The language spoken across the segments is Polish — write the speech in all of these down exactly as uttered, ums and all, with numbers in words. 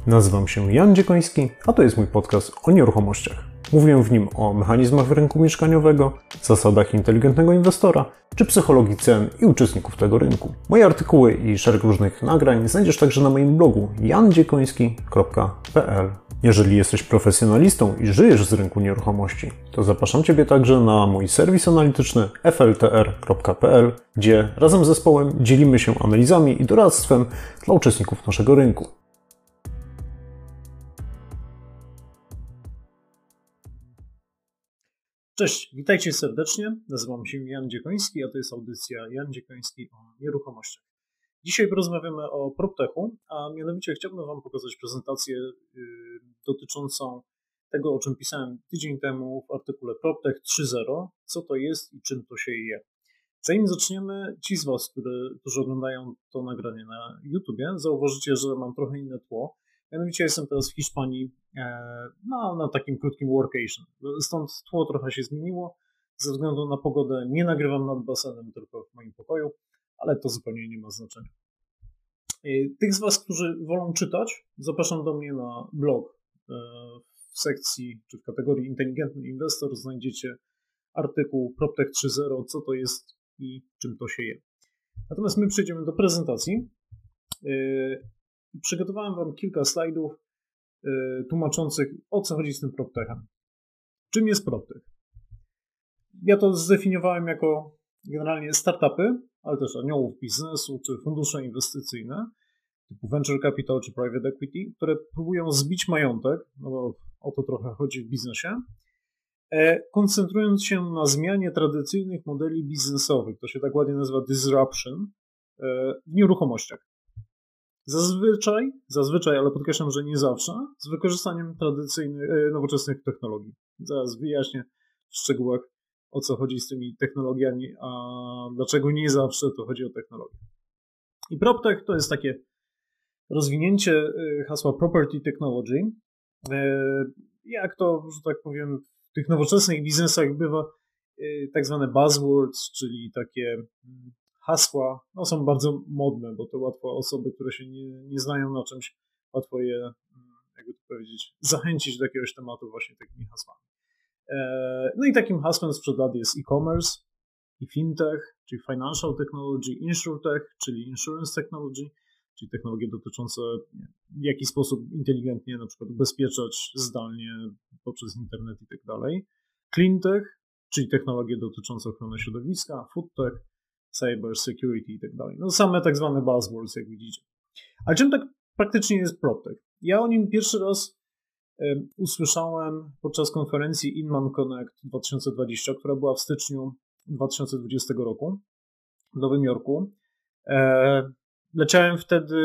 Nazywam się Jan Dziekoński, a to jest mój podcast o nieruchomościach. Mówię w nim o mechanizmach rynku mieszkaniowego, zasadach inteligentnego inwestora, czy psychologii cen i uczestników tego rynku. Moje artykuły i szereg różnych nagrań znajdziesz także na moim blogu jan dziekoński kropka p l. Jeżeli jesteś profesjonalistą i żyjesz z rynku nieruchomości, to zapraszam Ciebie także na mój serwis analityczny f l t r kropka p l, gdzie razem z zespołem dzielimy się analizami i doradztwem dla uczestników naszego rynku. Cześć, witajcie serdecznie. Nazywam się Jan Dziekoński, a to jest audycja Jan Dziekoński o nieruchomościach. Dzisiaj porozmawiamy o PropTechu, a mianowicie chciałbym Wam pokazać prezentację yy, dotyczącą tego, o czym pisałem tydzień temu w artykule PropTech trzy zero, co to jest i czym to się je. Zanim zaczniemy, ci z Was, które, którzy oglądają to nagranie na YouTubie, zauważycie, że mam trochę inne tło. Mianowicie jestem teraz w Hiszpanii no, na takim krótkim workation. Stąd tło trochę się zmieniło. Ze względu na pogodę nie nagrywam nad basenem, tylko w moim pokoju, ale to zupełnie nie ma znaczenia. Tych z Was, którzy wolą czytać, zapraszam do mnie na blog. W sekcji czy w kategorii Inteligentny Inwestor znajdziecie artykuł PropTech trzy zero, co to jest i czym to się je. Natomiast my przejdziemy do prezentacji. Przygotowałem Wam kilka slajdów tłumaczących, o co chodzi z tym PropTechem. Czym jest PropTech? Ja to zdefiniowałem jako generalnie startupy, ale też aniołów biznesu, czy fundusze inwestycyjne, typu venture capital, czy private equity, które próbują zbić majątek, no bo o to trochę chodzi w biznesie, koncentrując się na zmianie tradycyjnych modeli biznesowych, to się tak ładnie nazywa disruption, w nieruchomościach. Zazwyczaj, zazwyczaj, ale podkreślam, że nie zawsze, z wykorzystaniem tradycyjnych, nowoczesnych technologii. Zaraz wyjaśnię w szczegółach, o co chodzi z tymi technologiami, a dlaczego nie zawsze to chodzi o technologię. I PropTech to jest takie rozwinięcie hasła Property Technology. Jak to, że tak powiem, w tych nowoczesnych biznesach bywa, tak zwane buzzwords, czyli takie hasła, no są bardzo modne, bo to łatwo osoby, które się nie, nie znają na czymś, łatwo je, jakby to powiedzieć, zachęcić do jakiegoś tematu właśnie takimi hasłami. No i takim hasłem sprzed lat jest e-commerce i fintech, czyli financial technology, insurtech, czyli insurance technology, czyli technologie dotyczące nie, w jaki sposób inteligentnie na przykład ubezpieczać zdalnie poprzez internet i tak dalej. Cleantech, czyli technologie dotyczące ochrony środowiska, foodtech, cyber security i tak dalej. No same tak zwane buzzwords, jak widzicie. Ale czym tak praktycznie jest PropTech? Ja o nim pierwszy raz y, usłyszałem podczas konferencji Inman Connect dwa tysiące dwudziestego, która była w styczniu dwa tysiące dwudziestego roku w Nowym Jorku. E, leciałem wtedy,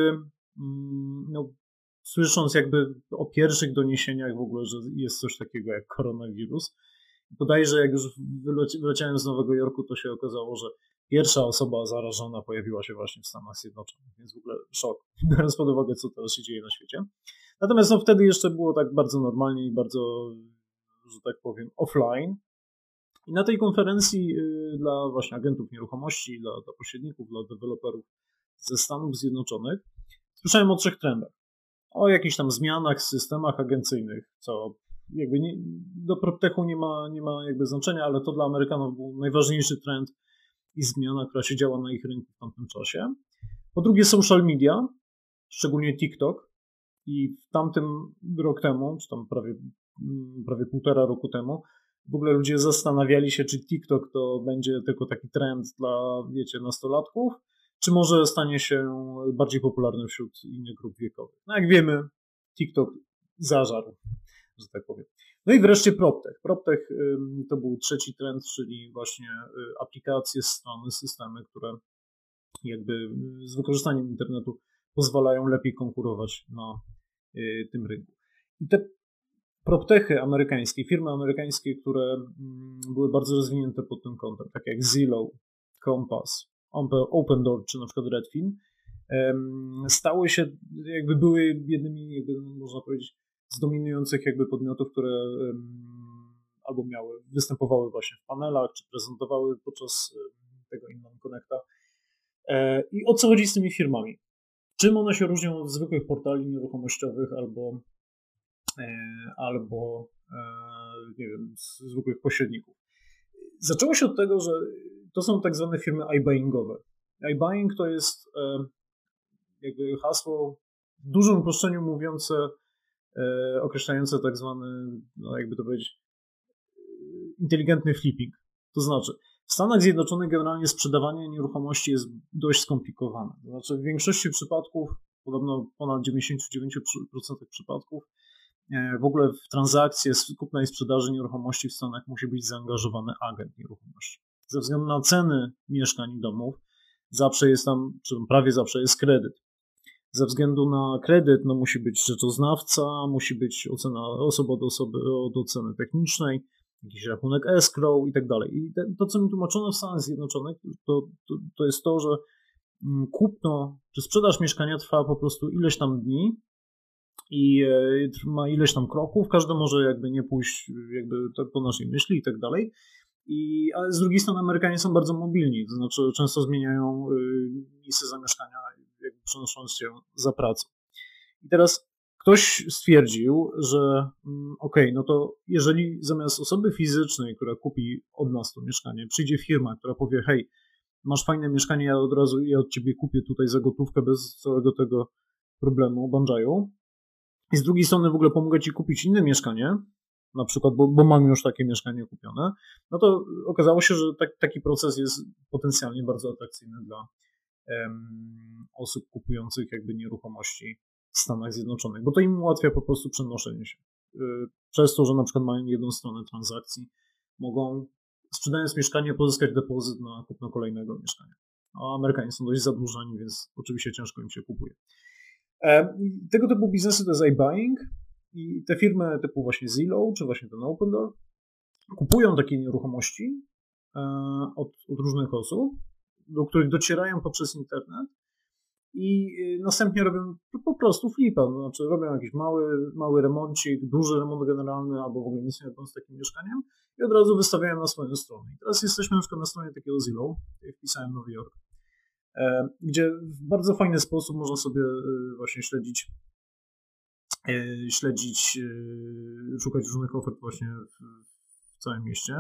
mm, no, słysząc jakby o pierwszych doniesieniach w ogóle, że jest coś takiego jak koronawirus. Bodajże jak już wyleci, wyleciałem z Nowego Jorku, to się okazało, że pierwsza osoba zarażona pojawiła się właśnie w Stanach Zjednoczonych, więc w ogóle szok, biorąc pod uwagę, co teraz się dzieje na świecie. Natomiast no, wtedy jeszcze było tak bardzo normalnie i bardzo, że tak powiem, offline. I na tej konferencji yy, dla właśnie agentów nieruchomości, dla, dla pośredników, dla deweloperów ze Stanów Zjednoczonych słyszałem o trzech trendach. O jakichś tam zmianach w systemach agencyjnych, co jakby nie, do PropTechu nie ma, nie ma jakby znaczenia, ale to dla Amerykanów był najważniejszy trend i zmiana, która się działa na ich rynku w tamtym czasie. Po drugie social media, szczególnie TikTok, i w tamtym rok temu, czy tam prawie, prawie półtora roku temu, w ogóle ludzie zastanawiali się, czy TikTok to będzie tylko taki trend dla, wiecie, nastolatków, czy może stanie się bardziej popularny wśród innych grup wiekowych. No jak wiemy, TikTok zażarł, że tak powiem. No i wreszcie PropTech. PropTech to był trzeci trend, czyli właśnie aplikacje, strony, systemy, które jakby z wykorzystaniem internetu pozwalają lepiej konkurować na tym rynku. I te PropTechy amerykańskie, firmy amerykańskie, które były bardzo rozwinięte pod tym kątem, takie jak Zillow, Compass, Opendoor czy na przykład Redfin, stały się, jakby były jednymi, jakby można powiedzieć, z dominujących jakby podmiotów, które um, albo miały, występowały właśnie w panelach, czy prezentowały podczas tego Inman Connecta. E, I o co chodzi z tymi firmami? Czym one się różnią od zwykłych portali nieruchomościowych albo, e, albo e, nie wiem, zwykłych pośredników? Zaczęło się od tego, że to są tak zwane firmy iBuyingowe. iBuying to jest e, jakby hasło w dużym uproszczeniu mówiące, e, określające tak zwany, no jakby to powiedzieć, inteligentny flipping. To znaczy, w Stanach Zjednoczonych generalnie sprzedawanie nieruchomości jest dość skomplikowane. To znaczy, w większości przypadków, podobno ponad dziewięćdziesiąt dziewięć procent przypadków, w ogóle w transakcje kupna i sprzedaży nieruchomości w Stanach musi być zaangażowany agent nieruchomości. Ze względu na ceny mieszkań i domów zawsze jest tam, czy prawie zawsze jest kredyt. Ze względu na kredyt no, musi być rzeczoznawca, musi być ocena osoby od osoby od oceny technicznej, jakiś rachunek escrow i tak dalej. I te, to, co mi tłumaczono w Stanach Zjednoczonych, to, to, to jest to, że kupno czy sprzedaż mieszkania trwa po prostu ileś tam dni i e, ma ileś tam kroków, każdy może jakby nie pójść jakby po naszej myśli i tak dalej. I, ale z drugiej strony Amerykanie są bardzo mobilni, to znaczy często zmieniają y, miejsce zamieszkania, jakby przenosząc się za pracą. I teraz ktoś stwierdził, że mm, okej, okay, no to jeżeli zamiast osoby fizycznej, która kupi od nas to mieszkanie, przyjdzie firma, która powie, hej, masz fajne mieszkanie, ja od razu ja od ciebie kupię tutaj za gotówkę bez całego tego problemu, banżaju. I z drugiej strony w ogóle pomogę ci kupić inne mieszkanie, na przykład, bo, bo mam już takie mieszkanie kupione, no to okazało się, że tak, taki proces jest potencjalnie bardzo atrakcyjny dla um, osób kupujących jakby nieruchomości w Stanach Zjednoczonych, bo to im ułatwia po prostu przenoszenie się. Przez to, że na przykład mają jedną stronę transakcji, mogą sprzedając mieszkanie pozyskać depozyt na kupno kolejnego mieszkania. A Amerykanie są dość zadłużeni, więc oczywiście ciężko im się kupuje. Tego typu biznesy to jest iBuying i te firmy typu właśnie Zillow, czy właśnie ten Opendoor kupują takie nieruchomości od, od różnych osób, do których docierają poprzez internet i następnie robią po prostu flipa, to znaczy robią jakiś mały, mały remoncik, duży remont generalny albo w ogóle nic nie robią z takim mieszkaniem i od razu wystawiają na swoją stronę. I teraz jesteśmy na przykład na stronie takiego Zillow, tutaj wpisałem Nowy Jork, gdzie w bardzo fajny sposób można sobie właśnie śledzić, śledzić, szukać różnych ofert właśnie w, w całym mieście.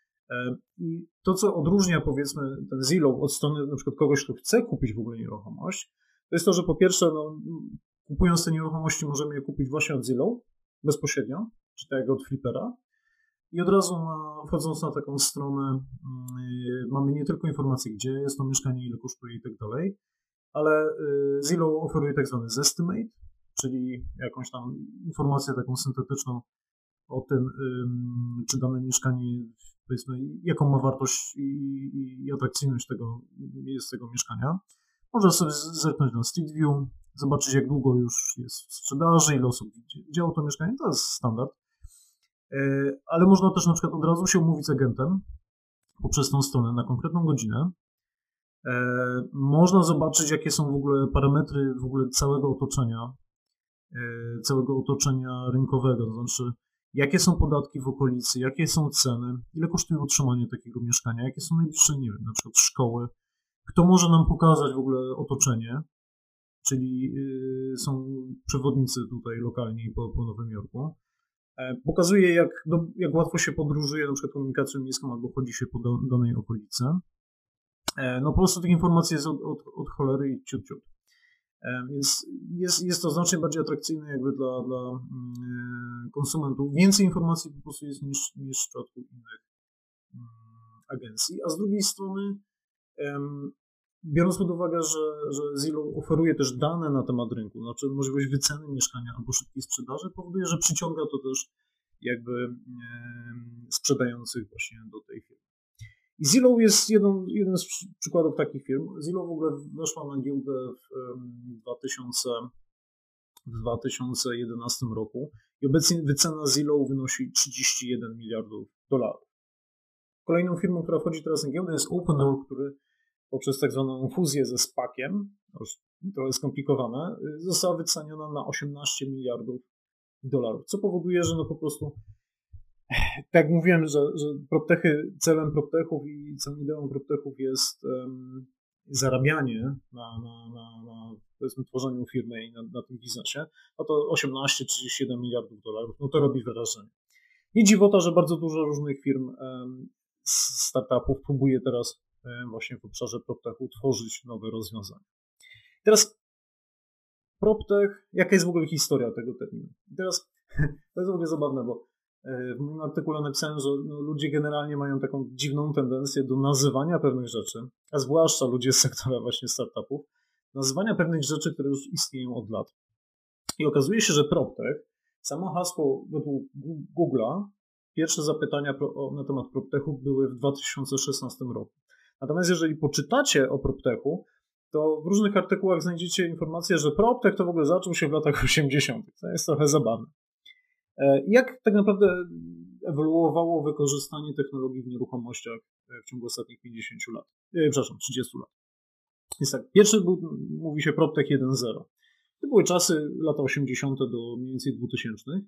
I to, co odróżnia powiedzmy ten Zillow od strony na przykład kogoś, kto chce kupić w ogóle nieruchomość, to jest to, że po pierwsze, no, kupując te nieruchomości możemy je kupić właśnie od Zillow bezpośrednio, czy tak jak od flipera. I od razu na, wchodząc na taką stronę yy, mamy nie tylko informacje, gdzie jest to mieszkanie, ile kosztuje i tak dalej, ale yy, Zillow oferuje tak zwany Zestimate, czyli jakąś tam informację taką syntetyczną o tym, yy, czy dane mieszkanie, powiedzmy, jaką ma wartość i, i atrakcyjność tego, jest tego mieszkania. Można sobie zerknąć na Street View, zobaczyć jak długo już jest w sprzedaży, ile osób widziało to mieszkanie, to jest standard. Ale można też na przykład od razu się umówić z agentem poprzez tą stronę na konkretną godzinę. Można zobaczyć, jakie są w ogóle parametry w ogóle całego otoczenia, całego otoczenia rynkowego, to znaczy jakie są podatki w okolicy, jakie są ceny, ile kosztuje utrzymanie takiego mieszkania, jakie są najbliższe, nie wiem, na przykład szkoły, kto może nam pokazać w ogóle otoczenie, czyli są przewodnicy tutaj lokalni po, po Nowym Jorku. Pokazuje, jak, do, jak łatwo się podróżuje na przykład komunikacją miejską albo chodzi się po do, danej okolicy. No po prostu tych informacji jest od, od, od cholery i ciut, ciut. Więc jest, jest to znacznie bardziej atrakcyjne jakby dla, dla konsumentów. Więcej informacji po prostu jest niż, niż w przypadku innych agencji. A z drugiej strony, biorąc pod uwagę, że, że Zillow oferuje też dane na temat rynku, znaczy możliwość wyceny mieszkania albo szybkiej sprzedaży, powoduje, że przyciąga to też jakby e, sprzedających właśnie do tej firmy. I Zillow jest jedną, jeden z przykładów takich firm. Zillow w ogóle weszła na giełdę w, w dwa tysiące jedenastym roku i obecnie wycena Zillow wynosi trzydzieści jeden miliardów dolarów. Kolejną firmą, która wchodzi teraz na giełdę jest Opendoor, który poprzez tak zwaną fuzję ze spakiem, to jest skomplikowane, została wyceniona na osiemnaście miliardów dolarów, co powoduje, że no po prostu, tak jak mówiłem, że, że proptechy, celem proptechów i całą ideą proptechów jest um, zarabianie na, na, na, na powiedzmy tworzeniu firmy i na, na tym biznesie, no to osiemnaście trzydzieści jeden miliardów dolarów, no to robi wrażenie. I dziwota, że bardzo dużo różnych firm, startupów próbuje teraz właśnie w obszarze PropTechu tworzyć nowe rozwiązania. Teraz PropTech, jaka jest w ogóle historia tego terminu? I teraz to jest w ogóle zabawne, bo w moim artykule napisałem, że no, ludzie generalnie mają taką dziwną tendencję do nazywania pewnych rzeczy, a zwłaszcza ludzie z sektora właśnie startupów, nazywania pewnych rzeczy, które już istnieją od lat. I okazuje się, że PropTech, samo hasło według Google'a, pierwsze zapytania na temat PropTechu były w dwa tysiące szesnastym roku. Natomiast jeżeli poczytacie o PropTechu, to w różnych artykułach znajdziecie informację, że PropTech to w ogóle zaczął się w latach osiemdziesiątych. To jest trochę zabawne. Jak tak naprawdę ewoluowało wykorzystanie technologii w nieruchomościach w ciągu ostatnich pięćdziesięciu lat? E, przepraszam, trzydziestu lat. Więc tak, pierwszy był, mówi się PropTech jeden zero. To były czasy lata osiemdziesiąte do mniej więcej dwutysięcznych,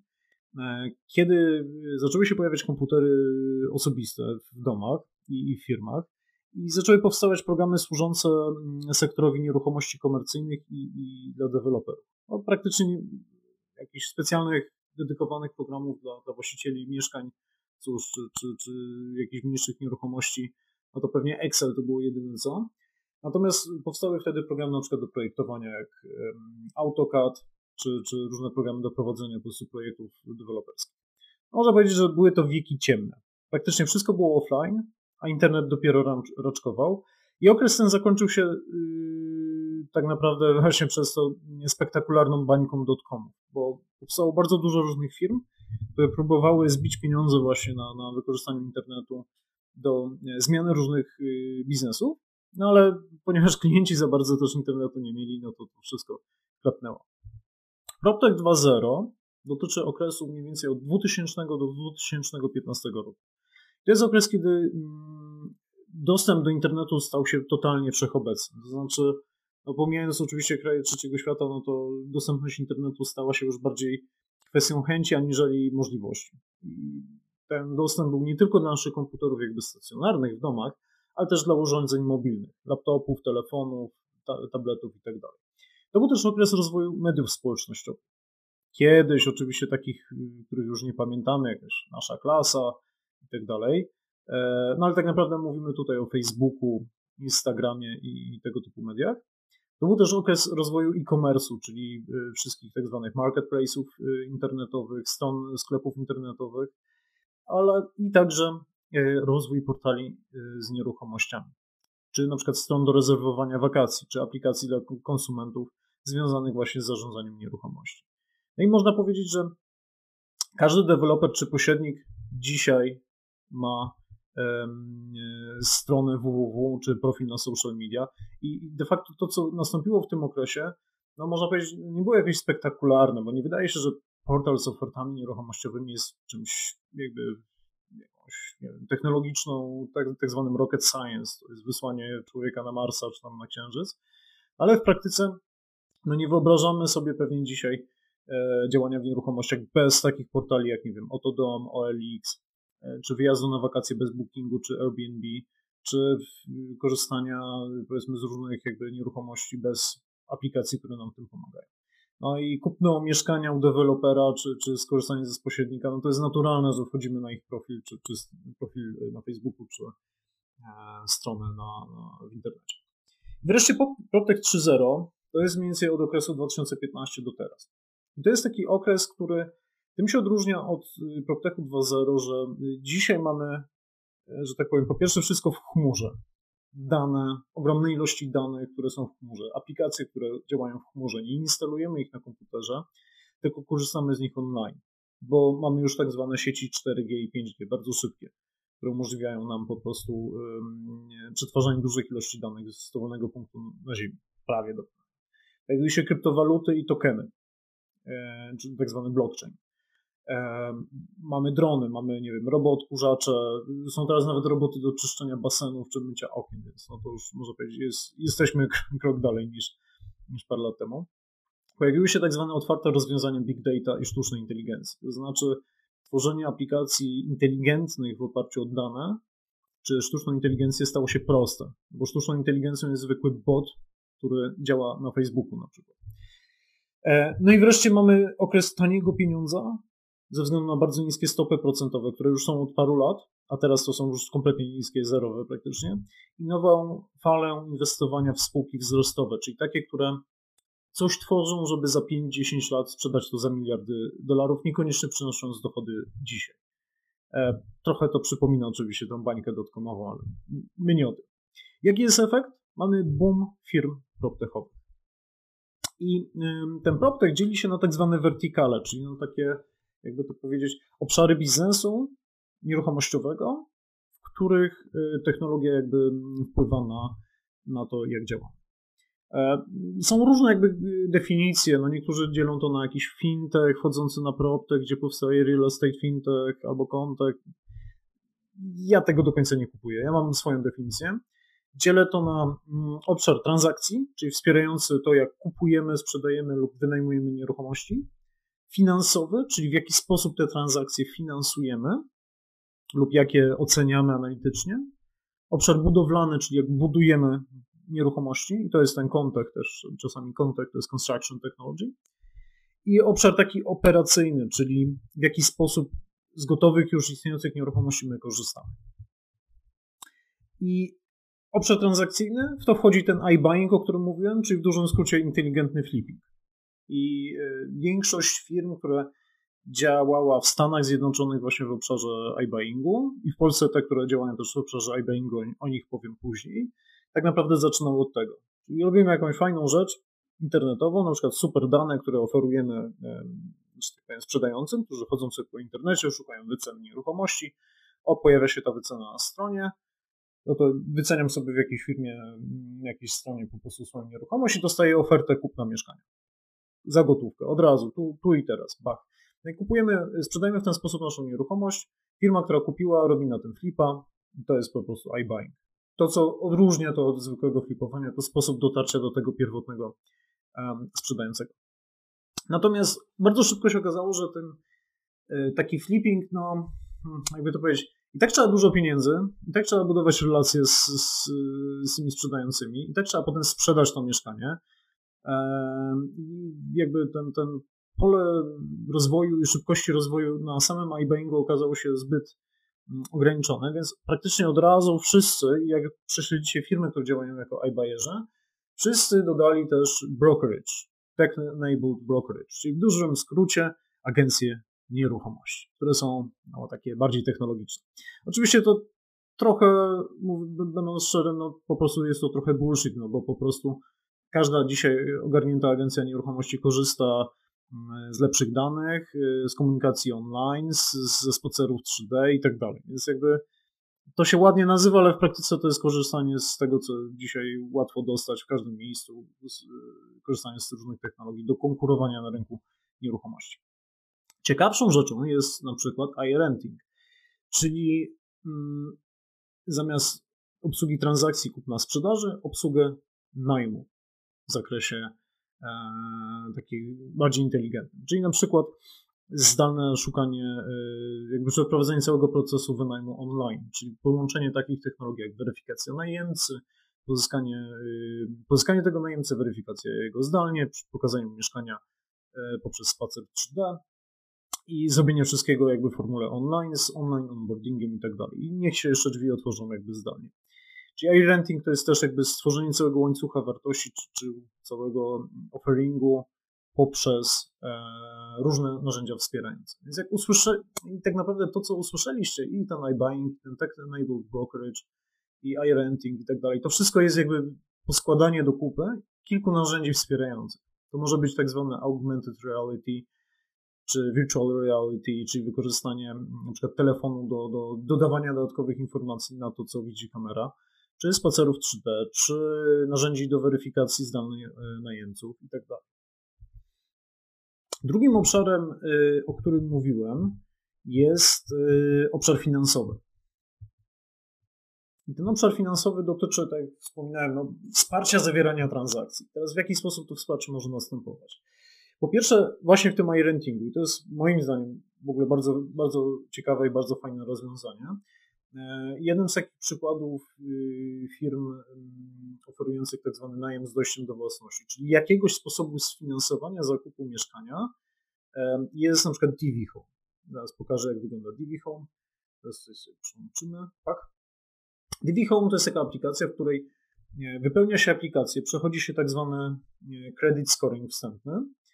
kiedy zaczęły się pojawiać komputery osobiste w domach i w firmach i zaczęły powstawać programy służące sektorowi nieruchomości komercyjnych i, i dla deweloperów. No, praktycznie jakichś specjalnych, dedykowanych programów dla, dla właścicieli mieszkań, cóż, czy, czy, czy jakichś mniejszych nieruchomości, no to pewnie Excel to było jedyne co. Natomiast powstały wtedy programy na przykład do projektowania jak AutoCAD, czy, czy różne programy do prowadzenia po prostu projektów deweloperskich. Można powiedzieć, że były to wieki ciemne. Praktycznie wszystko było offline, a internet dopiero raczkował. I okres ten zakończył się yy, tak naprawdę właśnie przez to spektakularną bańką dotcomu, bo powstało bardzo dużo różnych firm, które próbowały zbić pieniądze właśnie na, na wykorzystaniu internetu do nie, zmiany różnych yy, biznesów, no ale ponieważ klienci za bardzo też internetu nie mieli, no to to wszystko klapnęło. PropTech dwa zero dotyczy okresu mniej więcej od dwutysięcznego do dwa tysiące piętnastego roku. To jest okres, kiedy dostęp do internetu stał się totalnie wszechobecny. To znaczy, no pomijając oczywiście kraje trzeciego świata, no to dostępność internetu stała się już bardziej kwestią chęci aniżeli możliwości. I ten dostęp był nie tylko dla naszych komputerów jakby stacjonarnych w domach, ale też dla urządzeń mobilnych, laptopów, telefonów, ta- tabletów itd. To był też okres rozwoju mediów społecznościowych. Kiedyś oczywiście takich, których już nie pamiętamy, jakaś Nasza Klasa i tak dalej. No ale tak naprawdę mówimy tutaj o Facebooku, Instagramie i tego typu mediach. To był też okres rozwoju e-commerce'u, czyli wszystkich tak zwanych marketplace'ów internetowych, stron sklepów internetowych, ale i także rozwój portali z nieruchomościami, czy na przykład stron do rezerwowania wakacji, czy aplikacji dla konsumentów związanych właśnie z zarządzaniem nieruchomości. No i można powiedzieć, że każdy deweloper czy pośrednik dzisiaj ma um, stronę www czy profil na social media i de facto to, co nastąpiło w tym okresie, no można powiedzieć, nie było jakieś spektakularne, bo nie wydaje się, że portal z ofertami nieruchomościowymi jest czymś jakby jakąś nie wiem, technologiczną, tak, tak zwanym rocket science, to jest wysłanie człowieka na Marsa czy tam na Księżyc, ale w praktyce no nie wyobrażamy sobie pewnie dzisiaj e, działania w nieruchomościach bez takich portali jak, nie wiem, Otodom, O L X, e, czy wyjazdu na wakacje bez bookingu, czy Airbnb, czy w, korzystania powiedzmy z różnych jakby nieruchomości bez aplikacji, które nam w tym pomagają. No i kupno mieszkania u dewelopera, czy, czy skorzystanie ze pośrednika, no to jest naturalne, że wchodzimy na ich profil, czy, czy profil na Facebooku, czy e, stronę na, na, w internecie. Wreszcie PropTech trzy zero to jest mniej więcej od okresu dwa tysiące piętnastego do teraz. I to jest taki okres, który tym się odróżnia od PropTechu dwa zero, że dzisiaj mamy, że tak powiem, po pierwsze wszystko w chmurze. Dane, ogromne ilości danych, które są w chmurze, aplikacje, które działają w chmurze. Nie instalujemy ich na komputerze, tylko korzystamy z nich online, bo mamy już tak zwane sieci cztery G i pięć G, bardzo szybkie, które umożliwiają nam po prostu um, przetwarzanie dużych ilości danych z dowolnego punktu na Ziemi, prawie do. Pojawiły się kryptowaluty i tokeny, e, czyli tak zwany blockchain. E, mamy drony, mamy, nie wiem, roboodkurzacze, są teraz nawet roboty do czyszczenia basenów czy mycia okien, więc no to już można powiedzieć, jest, jesteśmy krok dalej niż, niż parę lat temu. Pojawiły się tak zwane otwarte rozwiązania big data i sztucznej inteligencji, to znaczy tworzenie aplikacji inteligentnych w oparciu o dane, czy sztuczną inteligencję stało się proste, bo sztuczną inteligencją jest zwykły bot, który działa na Facebooku na przykład. No i wreszcie mamy okres taniego pieniądza ze względu na bardzo niskie stopy procentowe, które już są od paru lat, a teraz to są już kompletnie niskie, zerowe praktycznie, i nową falę inwestowania w spółki wzrostowe, czyli takie, które coś tworzą, żeby za pięć do dziesięciu lat sprzedać to za miliardy dolarów, niekoniecznie przynosząc dochody dzisiaj. Trochę to przypomina oczywiście tą bańkę dotcomową, ale my nie o tym. Jaki jest efekt? Mamy boom firm proptechowych. I ten proptech dzieli się na tak zwane wertykale, czyli na takie, jakby to powiedzieć, obszary biznesu nieruchomościowego, w których technologia jakby wpływa na, na to, jak działa. Są różne jakby definicje, no niektórzy dzielą to na jakiś fintech wchodzący na proptech, gdzie powstaje real estate fintech albo contech. Ja tego do końca nie kupuję, ja mam swoją definicję. Dzielę to na obszar transakcji, czyli wspierający to, jak kupujemy, sprzedajemy lub wynajmujemy nieruchomości. Finansowy, czyli w jaki sposób te transakcje finansujemy lub jakie oceniamy analitycznie. Obszar budowlany, czyli jak budujemy nieruchomości, i to jest ten context też, czasami context to jest construction technology. I obszar taki operacyjny, czyli w jaki sposób z gotowych już istniejących nieruchomości my korzystamy. I obszar transakcyjny, w to wchodzi ten iBuying, o którym mówiłem, czyli w dużym skrócie inteligentny flipping. I większość firm, które działała w Stanach Zjednoczonych właśnie w obszarze iBuyingu i w Polsce te, które działają też w obszarze iBuyingu, o nich powiem później, tak naprawdę zaczynały od tego. Czyli robimy jakąś fajną rzecz internetową, na przykład super dane, które oferujemy sprzedającym, którzy chodzą sobie po internecie, szukają wycen nieruchomości, o, pojawia się ta wycena na stronie, no to wyceniam sobie w jakiejś firmie, w jakiejś stronie po prostu swoją nieruchomość i dostaję ofertę kupna mieszkania. Za gotówkę, od razu, tu, tu i teraz, bach. No i kupujemy, sprzedajemy w ten sposób naszą nieruchomość. Firma, która kupiła, robi na tym flipa. To jest po prostu iBuying. To, co odróżnia to od zwykłego flipowania, to sposób dotarcia do tego pierwotnego um, sprzedającego. Natomiast bardzo szybko się okazało, że ten y, taki flipping, no jakby to powiedzieć, i tak trzeba dużo pieniędzy, i tak trzeba budować relacje z, z, z tymi sprzedającymi, i tak trzeba potem sprzedać to mieszkanie. I jakby ten, ten pole rozwoju i szybkości rozwoju na samym iBuyingu okazało się zbyt ograniczone, więc praktycznie od razu wszyscy, jak prześledzicie firmy, które działają jako iBuyerzy, wszyscy dodali też brokerage, tech-enabled brokerage, czyli w dużym skrócie agencje nieruchomości, które są no, takie bardziej technologiczne. Oczywiście to trochę, będąc szczery, no po prostu jest to trochę bullshit, no bo po prostu każda dzisiaj ogarnięta agencja nieruchomości korzysta z lepszych danych, z komunikacji online, z, ze spacerów trzy D i tak dalej. Więc jakby to się ładnie nazywa, ale w praktyce to jest korzystanie z tego, co dzisiaj łatwo dostać w każdym miejscu, z, korzystanie z różnych technologii do konkurowania na rynku nieruchomości. Ciekawszą rzeczą jest na przykład iRenting, czyli mm, zamiast obsługi transakcji kupna-sprzedaży, obsługę najmu w zakresie e, takiej bardziej inteligentnym. Czyli na przykład zdalne szukanie, e, jakby przeprowadzenie całego procesu wynajmu online, czyli połączenie takich technologii jak weryfikacja najemcy, pozyskanie, e, pozyskanie tego najemcy, weryfikacja jego zdalnie, pokazanie mieszkania e, poprzez spacer trzy D i zrobienie wszystkiego jakby w formule online, z online onboardingiem i tak dalej. I niech się jeszcze drzwi otworzą jakby zdalnie. Czyli iRenting to jest też jakby stworzenie całego łańcucha wartości, czy, czy całego offeringu poprzez e, różne narzędzia wspierające. Więc jak usłyszę, i tak naprawdę to, co usłyszeliście, i ten iBuying, ten tech-enabled brokerage, i iRenting i tak dalej, to wszystko jest jakby poskładanie do kupy kilku narzędzi wspierających. To może być tak zwane augmented reality, czy virtual reality, czyli wykorzystanie na przykład telefonu do, do dodawania dodatkowych informacji na to, co widzi kamera, czy spacerów trzy D, czy narzędzi do weryfikacji zdalnej najemców i tak dalej. Drugim obszarem, o którym mówiłem, jest obszar finansowy. I ten obszar finansowy dotyczy, tak jak wspominałem, no, wsparcia zawierania transakcji. Teraz w jaki sposób to wsparcie może następować? Po pierwsze, właśnie w tym iRentingu, i to jest moim zdaniem w ogóle bardzo, bardzo ciekawe i bardzo fajne rozwiązanie, Jeden z takich przykładów firm oferujących tak zwany najem z dojściem do własności, czyli jakiegoś sposobu sfinansowania zakupu mieszkania, jest na przykład D V Home. Zaraz pokażę, jak wygląda D V Home. Teraz sobie przełączymy. Tak. D V Home to jest taka aplikacja, w której wypełnia się aplikację, przechodzi się tak zwany credit scoring wstępny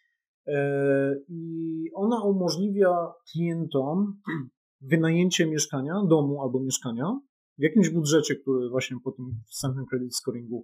i ona umożliwia klientom wynajęcie mieszkania, domu albo mieszkania w jakimś budżecie, który właśnie po tym wstępnym credit scoringu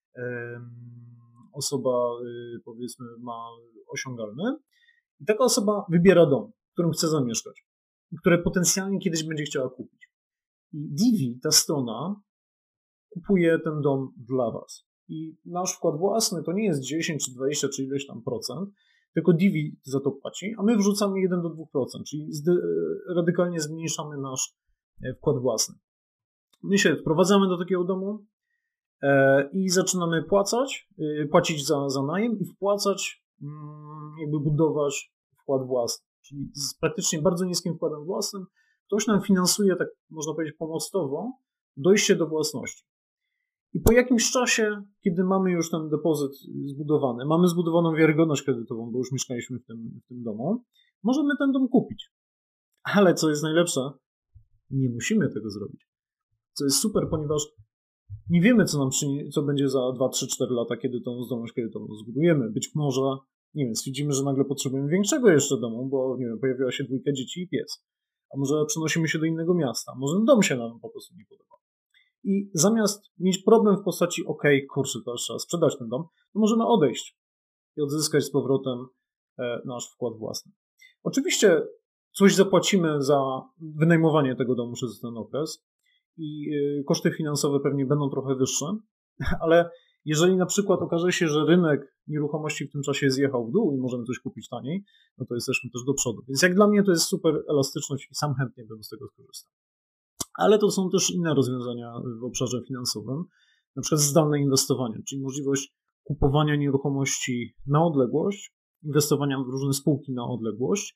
osoba, powiedzmy, ma osiągalny. I taka osoba wybiera dom, w którym chce zamieszkać, które potencjalnie kiedyś będzie chciała kupić. I D V, ta strona, kupuje ten dom dla Was. I nasz wkład własny to nie jest dziesięć czy dwadzieścia czy ileś tam procent, tylko D V za to płaci, a my wrzucamy jeden do dwóch procent, czyli radykalnie zmniejszamy nasz wkład własny. My się wprowadzamy do takiego domu i zaczynamy płacać, płacić za, za najem i wpłacać, jakby budować wkład własny. Czyli z praktycznie bardzo niskim wkładem własnym ktoś nam finansuje, tak można powiedzieć pomostowo, dojście do własności. I po jakimś czasie, kiedy mamy już ten depozyt zbudowany, mamy zbudowaną wiarygodność kredytową, bo już mieszkaliśmy w tym, w tym domu, możemy ten dom kupić. Ale co jest najlepsze, nie musimy tego zrobić. Co jest super, ponieważ nie wiemy, co nam przynie, co będzie za dwa, trzy, cztery lata, kiedy tą zdolność kredytową zbudujemy. Być może, nie wiem, stwierdzimy, że nagle potrzebujemy większego jeszcze domu, bo nie wiem, pojawiła się dwójka dzieci i pies. A może przenosimy się do innego miasta, może dom się nam po prostu nie podoba. I zamiast mieć problem w postaci, ok, kurczę, to trzeba sprzedać ten dom, to możemy odejść i odzyskać z powrotem nasz wkład własny. Oczywiście coś zapłacimy za wynajmowanie tego domu przez ten okres i koszty finansowe pewnie będą trochę wyższe, ale jeżeli na przykład okaże się, że rynek nieruchomości w tym czasie zjechał w dół i możemy coś kupić taniej, no to jesteśmy też do przodu. Więc jak dla mnie to jest super elastyczność i sam chętnie bym z tego skorzystał. Ale to są też inne rozwiązania w obszarze finansowym, na przykład zdalne inwestowanie, czyli możliwość kupowania nieruchomości na odległość, inwestowania w różne spółki na odległość,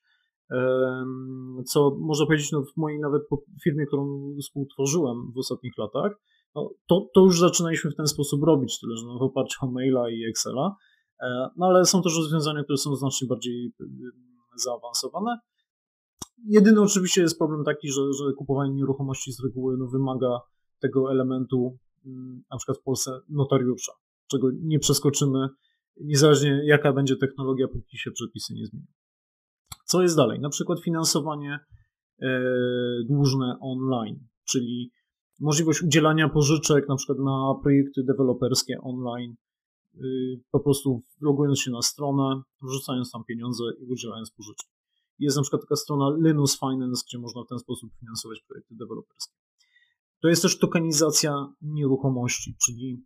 co można powiedzieć, no w mojej nawet firmie, którą współtworzyłem w ostatnich latach, no to, to już zaczynaliśmy w ten sposób robić, tyle że no w oparciu o maila i Excela, no ale są też rozwiązania, które są znacznie bardziej zaawansowane. Jedyny oczywiście jest problem taki, że, że kupowanie nieruchomości z reguły no, wymaga tego elementu, na przykład w Polsce, notariusza, czego nie przeskoczymy, niezależnie jaka będzie technologia, póki się przepisy nie zmienią. Co jest dalej? Na przykład finansowanie e, dłużne online, czyli możliwość udzielania pożyczek na przykład na projekty deweloperskie online, y, po prostu logując się na stronę, wrzucając tam pieniądze i udzielając pożyczek. Jest na przykład taka strona Linus Finance, gdzie można w ten sposób finansować projekty deweloperskie. To jest też tokenizacja nieruchomości, czyli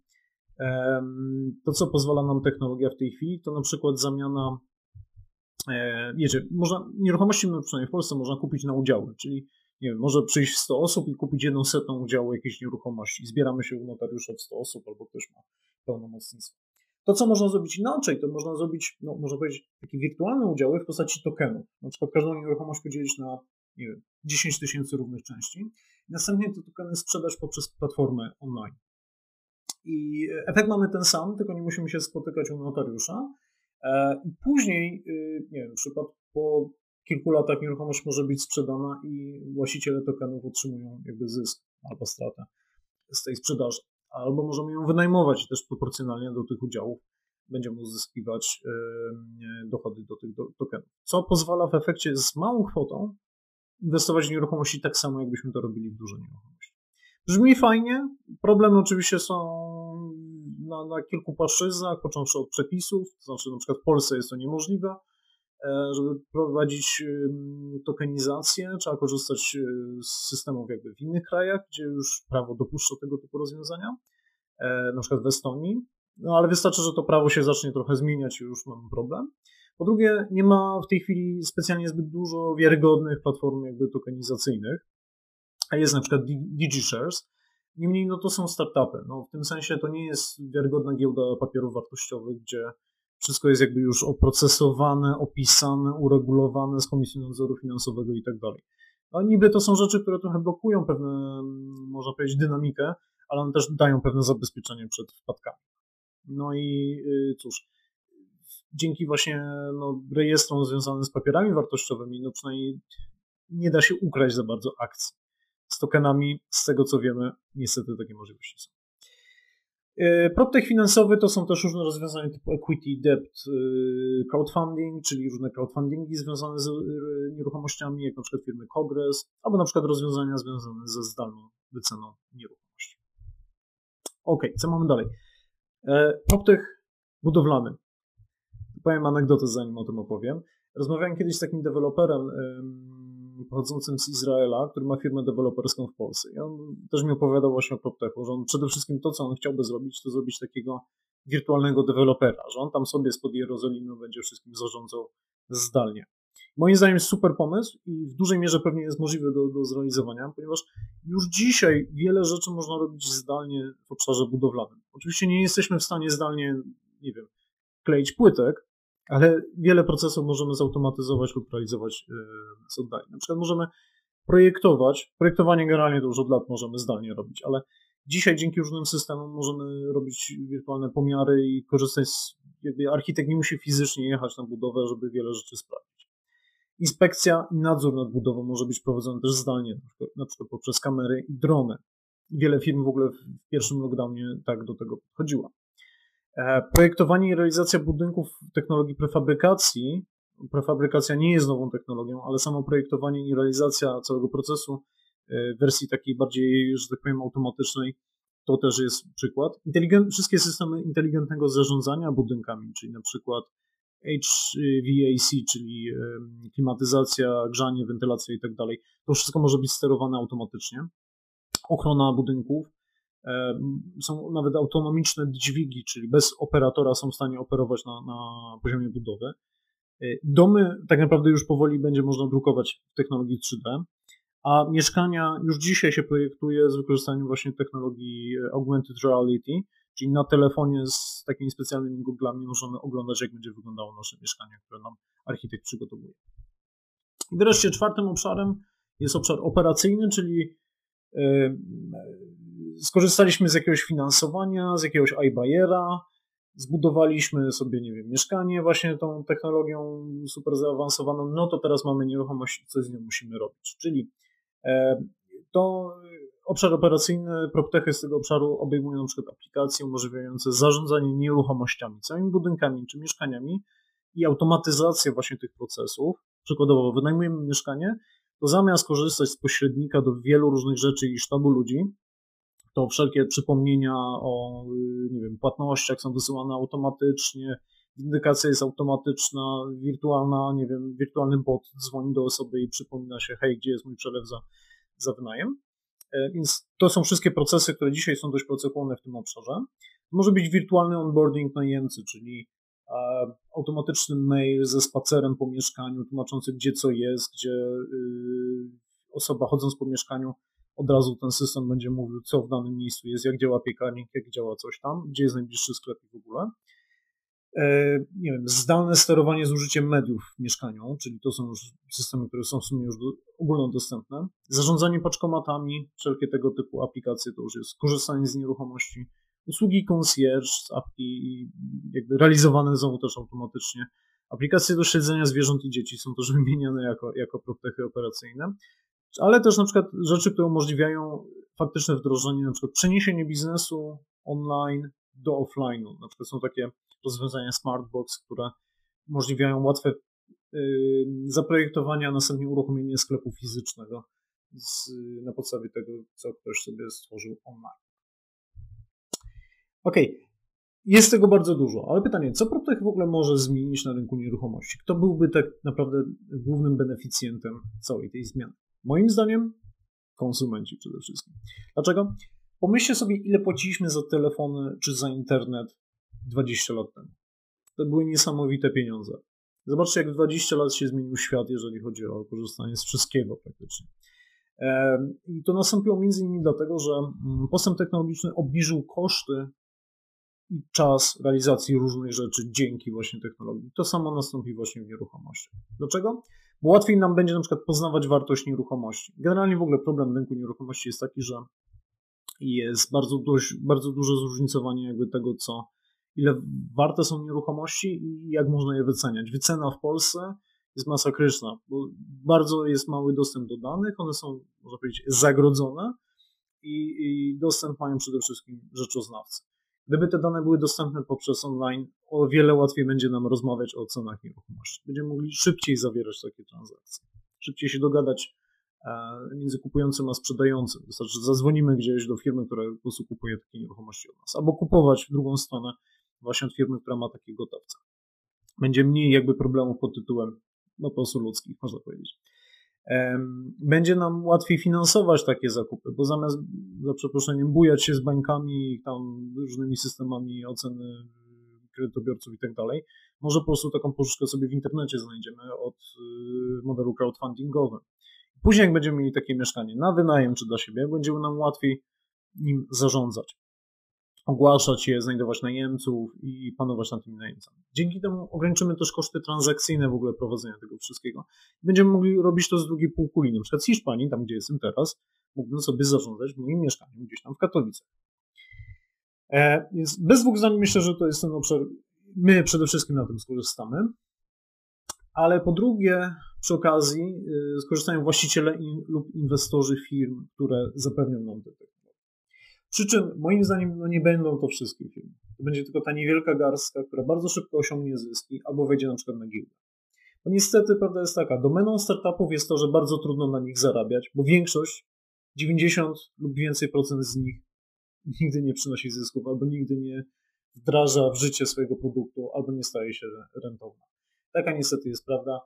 to, co pozwala nam technologia w tej chwili, to na przykład zamiana, wiecie, można, nieruchomości, przynajmniej w Polsce, można kupić na udziały, czyli nie wiem, może przyjść sto osób i kupić jedną setną udziału jakiejś nieruchomości. Zbieramy się u notariusza w sto osób, albo ktoś ma pełnomocnictwo. To, co można zrobić inaczej, to można zrobić, no, można powiedzieć, takie wirtualne udziały w postaci tokenów. Na przykład każdą nieruchomość podzielić na, nie wiem, dziesięć tysięcy równych części i następnie te tokeny sprzedać poprzez platformę online. I efekt mamy ten sam, tylko nie musimy się spotykać u notariusza. I później, nie wiem, na przykład po kilku latach nieruchomość może być sprzedana i właściciele tokenów otrzymują jakby zysk albo stratę z tej sprzedaży. Albo możemy ją wynajmować i też proporcjonalnie do tych udziałów będziemy uzyskiwać dochody do tych tokenów. Co pozwala w efekcie z małą kwotą inwestować w nieruchomości tak samo, jakbyśmy to robili w duże nieruchomości. Brzmi fajnie. Problemy oczywiście są na, na kilku płaszczyznach, począwszy od przepisów, to znaczy na przykład w Polsce jest to niemożliwe. Żeby prowadzić tokenizację, trzeba korzystać z systemów jakby w innych krajach, gdzie już prawo dopuszcza tego typu rozwiązania, na przykład w Estonii, no ale wystarczy, że to prawo się zacznie trochę zmieniać i już mamy problem. Po drugie, nie ma w tej chwili specjalnie zbyt dużo wiarygodnych platform jakby tokenizacyjnych, a jest na przykład DigiShares. Niemniej no to są startupy, no w tym sensie to nie jest wiarygodna giełda papierów wartościowych, gdzie wszystko jest jakby już oprocesowane, opisane, uregulowane z Komisją Nadzoru Finansowego i tak dalej. No niby to są rzeczy, które trochę blokują pewne, można powiedzieć, dynamikę, ale one też dają pewne zabezpieczenie przed wpadkami. No i cóż, dzięki właśnie no, rejestrom związanym z papierami wartościowymi, no przynajmniej nie da się ukraść za bardzo akcji. Z tokenami, z tego co wiemy, niestety takie możliwości są. PropTech finansowy to są też różne rozwiązania typu equity, debt, crowdfunding, czyli różne crowdfundingi związane z nieruchomościami, jak na przykład firmy Progress, albo na przykład rozwiązania związane ze zdalną wyceną nieruchomości. Ok, co mamy dalej? PropTech budowlany. Powiem anegdotę, zanim o tym opowiem. Rozmawiałem kiedyś z takim deweloperem pochodzącym z Izraela, który ma firmę deweloperską w Polsce. I on też mi opowiadał właśnie o PropTechu, że on przede wszystkim to, co on chciałby zrobić, to zrobić takiego wirtualnego dewelopera, że on tam sobie spod Jerozolimy będzie wszystkim zarządzał zdalnie. Moim zdaniem jest super pomysł i w dużej mierze pewnie jest możliwy do, do zrealizowania, ponieważ już dzisiaj wiele rzeczy można robić zdalnie w obszarze budowlanym. Oczywiście nie jesteśmy w stanie zdalnie, nie wiem, kleić płytek, ale wiele procesów możemy zautomatyzować lub realizować z oddali. Na przykład możemy projektować, projektowanie generalnie to już od lat możemy zdalnie robić, ale dzisiaj dzięki różnym systemom możemy robić wirtualne pomiary i korzystać z, jakby architekt nie musi fizycznie jechać na budowę, żeby wiele rzeczy sprawdzić. Inspekcja i nadzór nad budową może być prowadzony też zdalnie, na przykład, na przykład poprzez kamery i drony. Wiele firm w ogóle w pierwszym lockdownie tak do tego podchodziło. Projektowanie i realizacja budynków w technologii prefabrykacji. Prefabrykacja nie jest nową technologią, ale samo projektowanie i realizacja całego procesu w wersji takiej bardziej, że tak powiem, automatycznej, to też jest przykład. Inteligent, wszystkie systemy inteligentnego zarządzania budynkami, czyli na przykład H V A C, czyli klimatyzacja, grzanie, wentylacja i tak dalej, to wszystko może być sterowane automatycznie. Ochrona budynków. Są nawet autonomiczne dźwigi, czyli bez operatora są w stanie operować na, na poziomie budowy. Domy tak naprawdę już powoli będzie można drukować w technologii trzy D, a mieszkania już dzisiaj się projektuje z wykorzystaniem właśnie technologii augmented reality, czyli na telefonie z takimi specjalnymi goglami możemy oglądać, jak będzie wyglądało nasze mieszkanie, które nam architekt przygotowuje. I wreszcie czwartym obszarem jest obszar operacyjny, czyli skorzystaliśmy z jakiegoś finansowania, z jakiegoś iBuyera, zbudowaliśmy sobie, nie wiem, mieszkanie właśnie tą technologią super zaawansowaną, no to teraz mamy nieruchomość, co z nią musimy robić. Czyli to obszar operacyjny, PropTechy z tego obszaru obejmują na przykład aplikacje umożliwiające zarządzanie nieruchomościami, całymi budynkami czy mieszkaniami i automatyzację właśnie tych procesów. Przykładowo wynajmujemy mieszkanie, to zamiast korzystać z pośrednika do wielu różnych rzeczy i sztabu ludzi, to wszelkie przypomnienia o, nie wiem, płatnościach są wysyłane automatycznie, windykacja jest automatyczna, wirtualna, nie wiem, wirtualny bot dzwoni do osoby i przypomina się, hej, gdzie jest mój przelew za, za wynajem. Więc to są wszystkie procesy, które dzisiaj są dość pracochłonne w tym obszarze. Może być wirtualny onboarding najemcy, czyli automatyczny mail ze spacerem po mieszkaniu, tłumaczący gdzie co jest, gdzie osoba chodząc po mieszkaniu od razu ten system będzie mówił, co w danym miejscu jest, jak działa piekarnik, jak działa coś tam, gdzie jest najbliższy sklep i w ogóle. Nie wiem, zdalne sterowanie z użyciem mediów w mieszkaniu, czyli to są już systemy, które są w sumie już ogólnodostępne. Zarządzanie paczkomatami, wszelkie tego typu aplikacje to już jest korzystanie z nieruchomości. Usługi concierge z apki jakby realizowane są też automatycznie. Aplikacje do śledzenia zwierząt i dzieci są też wymieniane jako, jako PropTechy operacyjne. Ale też na przykład rzeczy, które umożliwiają faktyczne wdrożenie, na przykład przeniesienie biznesu online do offline'u. Na przykład są takie rozwiązania Smartbox, które umożliwiają łatwe yy, zaprojektowanie, a następnie uruchomienie sklepu fizycznego z, na podstawie tego, co ktoś sobie stworzył online. Ok, jest tego bardzo dużo, ale pytanie, co PropTech w ogóle może zmienić na rynku nieruchomości? Kto byłby tak naprawdę głównym beneficjentem całej tej zmiany? Moim zdaniem konsumenci przede wszystkim. Dlaczego? Pomyślcie sobie, ile płaciliśmy za telefony czy za internet dwadzieścia lat temu. To były niesamowite pieniądze. Zobaczcie, jak w dwadzieścia lat się zmienił świat, jeżeli chodzi o korzystanie z wszystkiego praktycznie. I to nastąpiło między innymi dlatego, że postęp technologiczny obniżył koszty i czas realizacji różnych rzeczy dzięki właśnie technologii. To samo nastąpi właśnie w nieruchomościach. Dlaczego? bo łatwiej nam będzie na przykład poznawać wartość nieruchomości. Generalnie w ogóle problem rynku nieruchomości jest taki, że jest bardzo, dość, bardzo duże zróżnicowanie jakby tego, co, ile warte są nieruchomości i jak można je wyceniać. Wycena w Polsce jest masakryczna, bo bardzo jest mały dostęp do danych, one są, można powiedzieć, zagrodzone i, i dostęp mają przede wszystkim rzeczoznawcy. Gdyby te dane były dostępne poprzez online, o wiele łatwiej będzie nam rozmawiać o cenach nieruchomości. Będziemy mogli szybciej zawierać takie transakcje, szybciej się dogadać między kupującym a sprzedającym. Wystarczy, że zadzwonimy gdzieś do firmy, która po prostu kupuje takie nieruchomości od nas, albo kupować w drugą stronę właśnie od firmy, która ma takiego gotowca. Będzie mniej jakby problemów pod tytułem no po prostu ludzkich, można powiedzieć. Będzie nam łatwiej finansować takie zakupy, bo zamiast, za przeproszeniem, bujać się z bankami i tam różnymi systemami oceny kredytobiorców i tak dalej, może po prostu taką pożyczkę sobie w internecie znajdziemy od modelu crowdfundingowym. Później jak będziemy mieli takie mieszkanie na wynajem czy dla siebie, będzie nam łatwiej nim zarządzać, ogłaszać je, znajdować najemców i panować nad tymi najemcami. Dzięki temu ograniczymy też koszty transakcyjne w ogóle prowadzenia tego wszystkiego. Będziemy mogli robić to z drugiej półkuli, na przykład z Hiszpanii, tam gdzie jestem teraz, mógłbym sobie zarządzać moim mieszkaniem gdzieś tam w Katowicach. E, więc bez dwóch zdań myślę, że to jest ten obszar, my przede wszystkim na tym skorzystamy, ale po drugie przy okazji y, skorzystają właściciele in, lub inwestorzy firm, które zapewnią nam te technologie. Przy czym moim zdaniem no nie będą to wszystkie firmy. To będzie tylko ta niewielka garstka, która bardzo szybko osiągnie zyski albo wejdzie na przykład na giełdę. Bo niestety prawda jest taka, domeną startupów jest to, że bardzo trudno na nich zarabiać, bo większość, dziewięćdziesiąt lub więcej procent z nich nigdy nie przynosi zysków, albo nigdy nie wdraża w życie swojego produktu, albo nie staje się rentowna. Taka niestety jest prawda.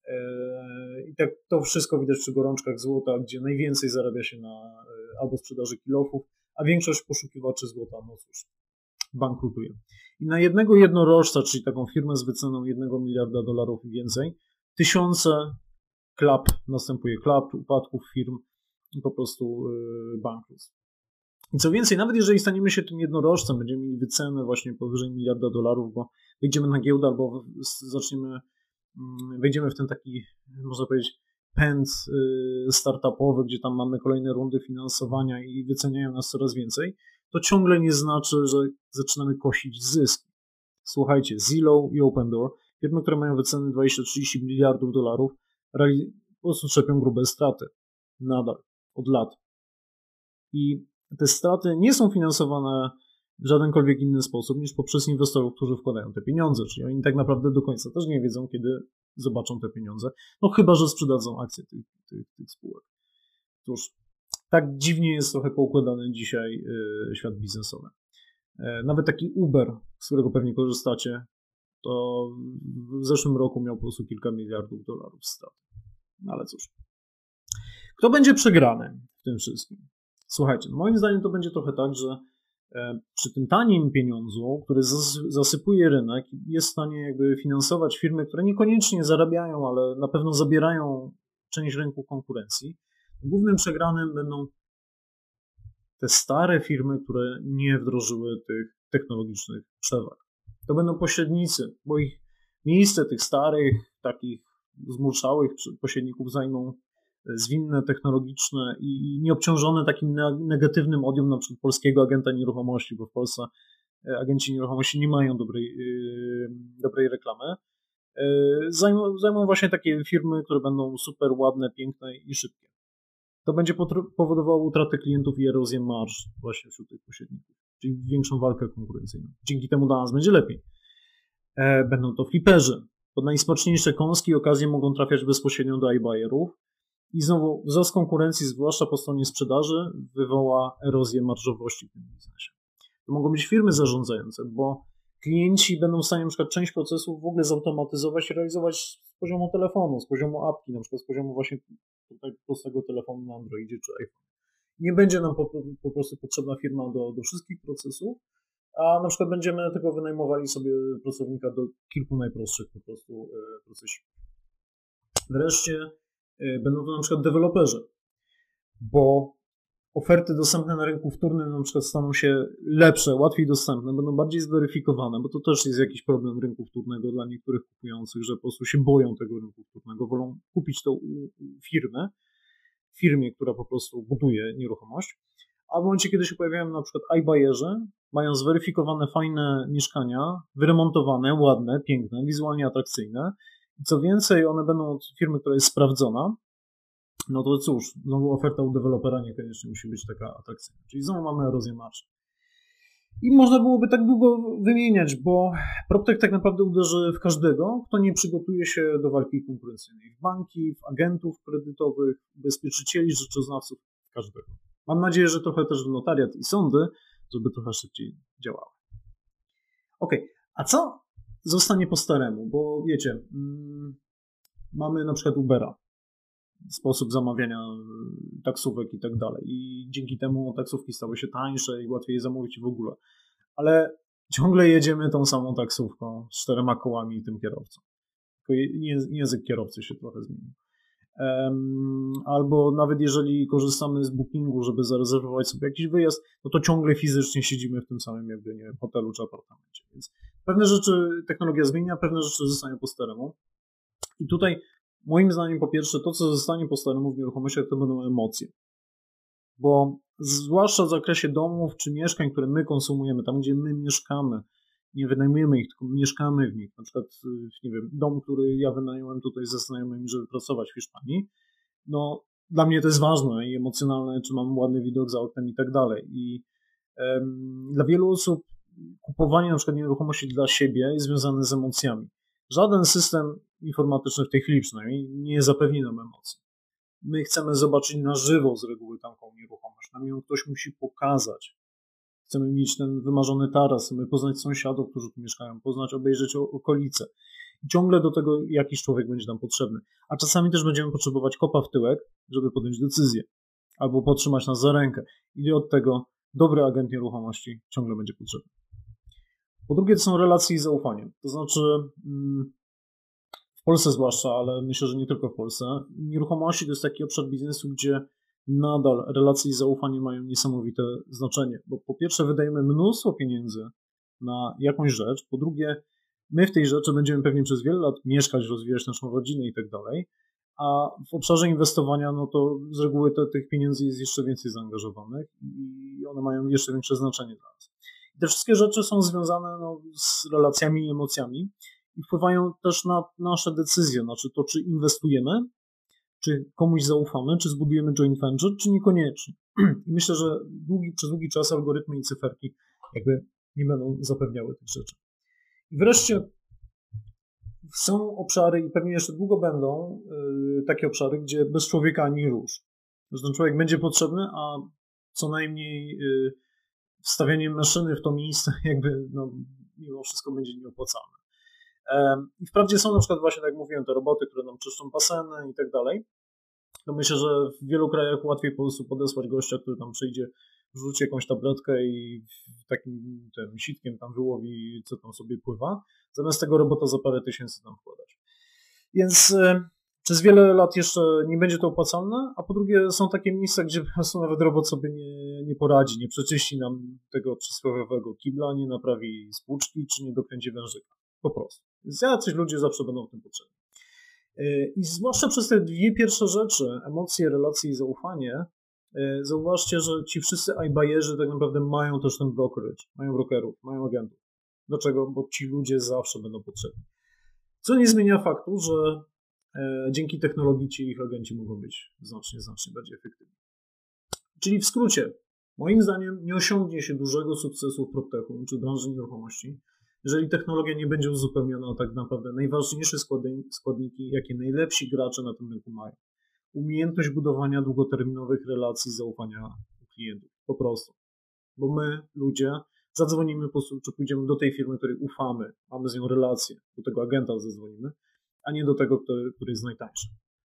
I tak to wszystko widać przy gorączkach złota, gdzie najwięcej zarabia się na albo sprzedaży kilofów, a większość poszukiwaczy złota, no cóż, bankrutuje. I na jednego jednorożca, czyli taką firmę z wyceną jednego miliarda dolarów i więcej, tysiące klap, następuje klap, upadków firm i po prostu bankructw. I co więcej, nawet jeżeli staniemy się tym jednorożcem, będziemy mieli wycenę właśnie powyżej miliarda dolarów, bo wejdziemy na giełdę albo zaczniemy, wejdziemy w ten taki, można powiedzieć, pęd startupowy, gdzie tam mamy kolejne rundy finansowania i wyceniają nas coraz więcej, to ciągle nie znaczy, że zaczynamy kosić zyski. Słuchajcie, Zillow i Opendoor, firmy, które mają wyceny dwadzieścia trzydzieści miliardów dolarów, po prostu trzepią grube straty. Nadal, od lat. I te straty nie są finansowane w żadenkolwiek inny sposób niż poprzez inwestorów, którzy wkładają te pieniądze. Czyli oni tak naprawdę do końca też nie wiedzą, kiedy zobaczą te pieniądze. No chyba, że sprzedadzą akcje tych, tych, tych spółek. Cóż, tak dziwnie jest trochę poukładany dzisiaj yy, świat biznesowy. Yy, nawet taki Uber, z którego pewnie korzystacie, to w zeszłym roku miał po prostu kilka miliardów dolarów strat. No ale cóż. Kto będzie przegrany w tym wszystkim? Słuchajcie, moim zdaniem to będzie trochę tak, że przy tym tanim pieniądzu, który zasypuje rynek, jest w stanie jakby finansować firmy, które niekoniecznie zarabiają, ale na pewno zabierają część rynku konkurencji. Głównym przegranym będą te stare firmy, które nie wdrożyły tych technologicznych przewag. To będą pośrednicy, bo ich miejsce tych starych, takich zmulczałych pośredników zajmą zwinne, technologiczne i nieobciążone takim negatywnym odium na przykład polskiego agenta nieruchomości, bo w Polsce agenci nieruchomości nie mają dobrej, yy, dobrej reklamy. Yy, zajmą, zajmą właśnie takie firmy, które będą super ładne, piękne i szybkie. To będzie powodowało utratę klientów i erozję marż właśnie wśród tych pośredników, czyli większą walkę konkurencyjną. Dzięki temu dla nas będzie lepiej. Yy, będą to fliperzy. Pod najsmaczniejsze kąski okazje mogą trafiać bezpośrednio do iBuyerów. I znowu wzrost konkurencji, zwłaszcza po stronie sprzedaży, wywoła erozję marżowości w tym biznesie. To mogą być firmy zarządzające, bo klienci będą w stanie na przykład część procesów w ogóle zautomatyzować i realizować z poziomu telefonu, z poziomu apki, na przykład z poziomu właśnie tutaj prostego telefonu na Androidzie czy iPhone. Nie będzie nam po, po prostu potrzebna firma do, do wszystkich procesów, a na przykład będziemy tylko wynajmowali sobie pracownika do kilku najprostszych po prostu procesów. Wreszcie będą to na przykład deweloperzy, bo oferty dostępne na rynku wtórnym na przykład staną się lepsze, łatwiej dostępne, będą bardziej zweryfikowane, bo to też jest jakiś problem rynku wtórnego dla niektórych kupujących, że po prostu się boją tego rynku wtórnego, wolą kupić to u firmy, firmie, która po prostu buduje nieruchomość, a w momencie, kiedy się pojawiają na przykład iBuyerzy, mają zweryfikowane fajne mieszkania, wyremontowane, ładne, piękne, wizualnie atrakcyjne i co więcej, one będą od firmy, która jest sprawdzona, no to cóż, znowu oferta u dewelopera niekoniecznie musi być taka atrakcyjna. Czyli znowu mamy erozję marży. I można byłoby tak długo wymieniać, bo PropTech tak naprawdę uderzy w każdego, kto nie przygotuje się do walki konkurencyjnej. W banki, w agentów kredytowych, ubezpieczycieli, rzeczoznawców, każdego. Mam nadzieję, że trochę też w notariat i sądy, żeby trochę szybciej działały. Ok, a co zostanie po staremu? Bo wiecie, mm, mamy na przykład Ubera, sposób zamawiania taksówek i tak dalej. I dzięki temu taksówki stały się tańsze i łatwiej je zamówić w ogóle. Ale ciągle jedziemy tą samą taksówką z czterema kołami i tym kierowcą. Tylko język kierowcy się trochę zmienił. Um, albo nawet jeżeli korzystamy z Bookingu, żeby zarezerwować sobie jakiś wyjazd, no to ciągle fizycznie siedzimy w tym samym jakby nie wiem, hotelu czy apartamencie. Więc pewne rzeczy technologia zmienia, pewne rzeczy zostają po staremu. I tutaj moim zdaniem po pierwsze to, co zostanie po staremu w nieruchomościach, to będą emocje. Bo zwłaszcza w zakresie domów czy mieszkań, które my konsumujemy, tam gdzie my mieszkamy, nie wynajmujemy ich, tylko mieszkamy w nich. Na przykład, nie wiem, dom, który ja wynająłem tutaj ze znajomymi, żeby pracować w Hiszpanii, no dla mnie to jest ważne i emocjonalne, czy mam ładny widok za oknem i tak dalej. I um, dla wielu osób kupowanie na przykład nieruchomości dla siebie jest związane z emocjami. Żaden system informatyczny w tej chwili przynajmniej nie zapewni nam emocji. My chcemy zobaczyć na żywo z reguły taką nieruchomość. Nam ją ktoś musi pokazać. Chcemy mieć ten wymarzony taras, chcemy poznać sąsiadów, którzy tu mieszkają, poznać, obejrzeć okolice. I ciągle do tego jakiś człowiek będzie nam potrzebny. A czasami też będziemy potrzebować kopa w tyłek, żeby podjąć decyzję. Albo podtrzymać nas za rękę. I od tego dobry agent nieruchomości ciągle będzie potrzebny. Po drugie to są relacje i zaufanie. To znaczy w Polsce zwłaszcza, ale myślę, że nie tylko w Polsce, nieruchomości to jest taki obszar biznesu, gdzie nadal relacje i zaufanie mają niesamowite znaczenie. Bo po pierwsze wydajemy mnóstwo pieniędzy na jakąś rzecz, po drugie my w tej rzeczy będziemy pewnie przez wiele lat mieszkać, rozwijać naszą rodzinę i tak dalej, a w obszarze inwestowania no to z reguły to, tych pieniędzy jest jeszcze więcej zaangażowanych i one mają jeszcze większe znaczenie dla nas. I te wszystkie rzeczy są związane no, z relacjami i emocjami i wpływają też na nasze decyzje, znaczy to, czy inwestujemy, czy komuś zaufamy, czy zbudujemy joint venture, czy niekoniecznie. I myślę, że długi, przez długi czas algorytmy i cyferki jakby nie będą zapewniały tych rzeczy. I wreszcie są obszary i pewnie jeszcze długo będą yy, takie obszary, gdzie bez człowieka ani rusz. Że ten człowiek będzie potrzebny, a co najmniej yy, wstawianie maszyny w to miejsce jakby no, mimo wszystko będzie nieopłacalne. I wprawdzie są na przykład właśnie, tak jak mówiłem, te roboty, które nam czyszczą baseny i tak dalej. To myślę, że w wielu krajach łatwiej po prostu podesłać gościa, który tam przyjdzie, wrzuci jakąś tabletkę i takim tym sitkiem tam wyłowi, co tam sobie pływa, zamiast tego robota za parę tysięcy tam wkładać. Więc przez wiele lat jeszcze nie będzie to opłacalne, a po drugie są takie miejsca, gdzie po prostu nawet robot sobie nie, nie poradzi, nie przeczyści nam tego przysłowiowego kibla, nie naprawi spłuczki, czy nie dokręci wężyka. Po prostu. Więc jacyś ludzie zawsze będą w tym potrzebni. I zwłaszcza przez te dwie pierwsze rzeczy, emocje, relacje i zaufanie, zauważcie, że ci wszyscy iBuyerzy tak naprawdę mają też ten brokerage, mają brokerów, mają agentów. Dlaczego? Bo ci ludzie zawsze będą potrzebni. Co nie zmienia faktu, że dzięki technologii ci ich agenci mogą być znacznie, znacznie bardziej efektywni. Czyli w skrócie, moim zdaniem nie osiągnie się dużego sukcesu w PropTechu czy branży nieruchomości, jeżeli technologia nie będzie uzupełniona tak naprawdę najważniejsze składniki, jakie najlepsi gracze na tym rynku mają. Umiejętność budowania długoterminowych relacji zaufania u klientów. Po prostu. Bo my, ludzie, zadzwonimy po prostu, czy pójdziemy do tej firmy, której ufamy, mamy z nią relację, do tego agenta zadzwonimy, a nie do tego, który, który jest najtańszy.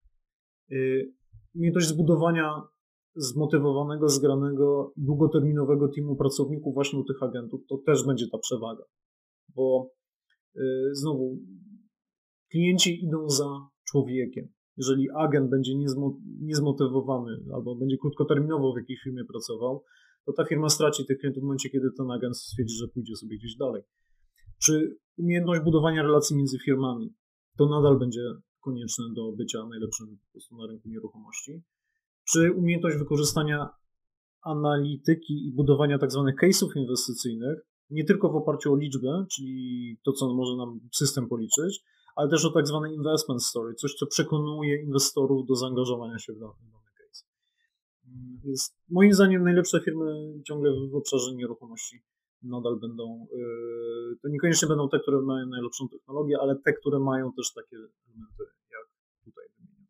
Umiejętność zbudowania zmotywowanego, zgranego, długoterminowego teamu pracowników właśnie u tych agentów, to też będzie ta przewaga. Bo yy, znowu klienci idą za człowiekiem. jeżeli agent będzie niezmotywowany albo będzie krótkoterminowo w jakiejś firmie pracował, to ta firma straci tych klientów w momencie, kiedy ten agent stwierdzi, że pójdzie sobie gdzieś dalej. Czy umiejętność budowania relacji między firmami to nadal będzie konieczne do bycia najlepszym po prostu na rynku nieruchomości? Czy umiejętność wykorzystania analityki i budowania tak zwanych case'ów inwestycyjnych, nie tylko w oparciu o liczbę, czyli to, co może nam system policzyć, ale też o tak zwane investment story, coś, co przekonuje inwestorów do zaangażowania się w dany, dany case. Jest, moim zdaniem najlepsze firmy ciągle w obszarze nieruchomości nadal będą, yy, to niekoniecznie będą te, które mają najlepszą technologię, ale te, które mają też takie elementy, jak tutaj wymienione.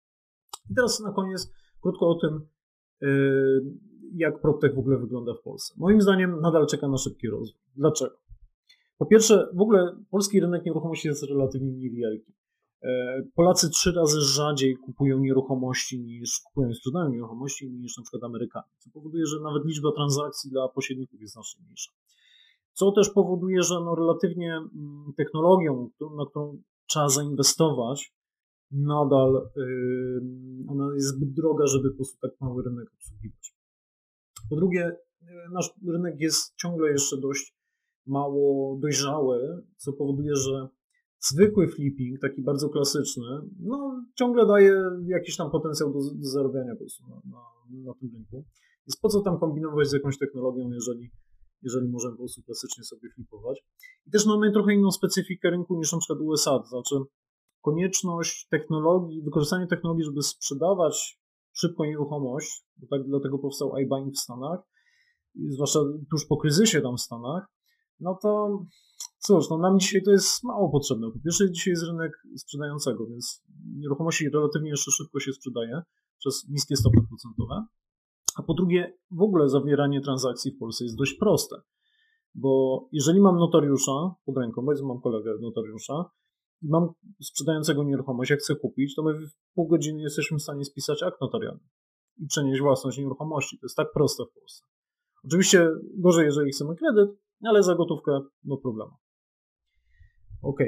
I teraz na koniec krótko o tym, yy, jak PropTech w ogóle wygląda w Polsce. Moim zdaniem nadal czeka na szybki rozwój. Dlaczego? Po pierwsze, w ogóle polski rynek nieruchomości jest relatywnie niewielki. Polacy trzy razy rzadziej kupują nieruchomości niż kupują i sprzedają nieruchomości niż na przykład Amerykanie, co powoduje, że nawet liczba transakcji dla pośredników jest znacznie mniejsza. Co też powoduje, że no relatywnie technologią, na którą trzeba zainwestować, nadal yy, ona jest zbyt droga, żeby po prostu tak mały rynek obsługiwać. Po drugie, nasz rynek jest ciągle jeszcze dość mało dojrzały, co powoduje, że zwykły flipping, taki bardzo klasyczny, no ciągle daje jakiś tam potencjał do, do zarabiania po prostu na, na, na tym rynku. Więc po co tam kombinować z jakąś technologią, jeżeli, jeżeli możemy po prostu klasycznie sobie flipować. I też mamy trochę inną specyfikę rynku niż na przykład U S A, to znaczy konieczność technologii, wykorzystanie technologii, żeby sprzedawać szybko nieruchomość, bo tak dlatego powstał iBuying w Stanach, zwłaszcza tuż po kryzysie tam w Stanach, no to cóż, no nam dzisiaj to jest mało potrzebne. Po pierwsze, dzisiaj jest rynek sprzedającego, więc nieruchomości relatywnie jeszcze szybko się sprzedaje przez niskie stopy procentowe. A po drugie, w ogóle zawieranie transakcji w Polsce jest dość proste, bo jeżeli mam notariusza pod ręką, bo mam kolegę notariusza i mam sprzedającego nieruchomość, jak chcę kupić, to my w pół godziny jesteśmy w stanie spisać akt notarialny i przenieść własność nieruchomości. To jest tak proste w Polsce. Oczywiście gorzej, jeżeli chcemy kredyt, ale za gotówkę no problemu. Ok.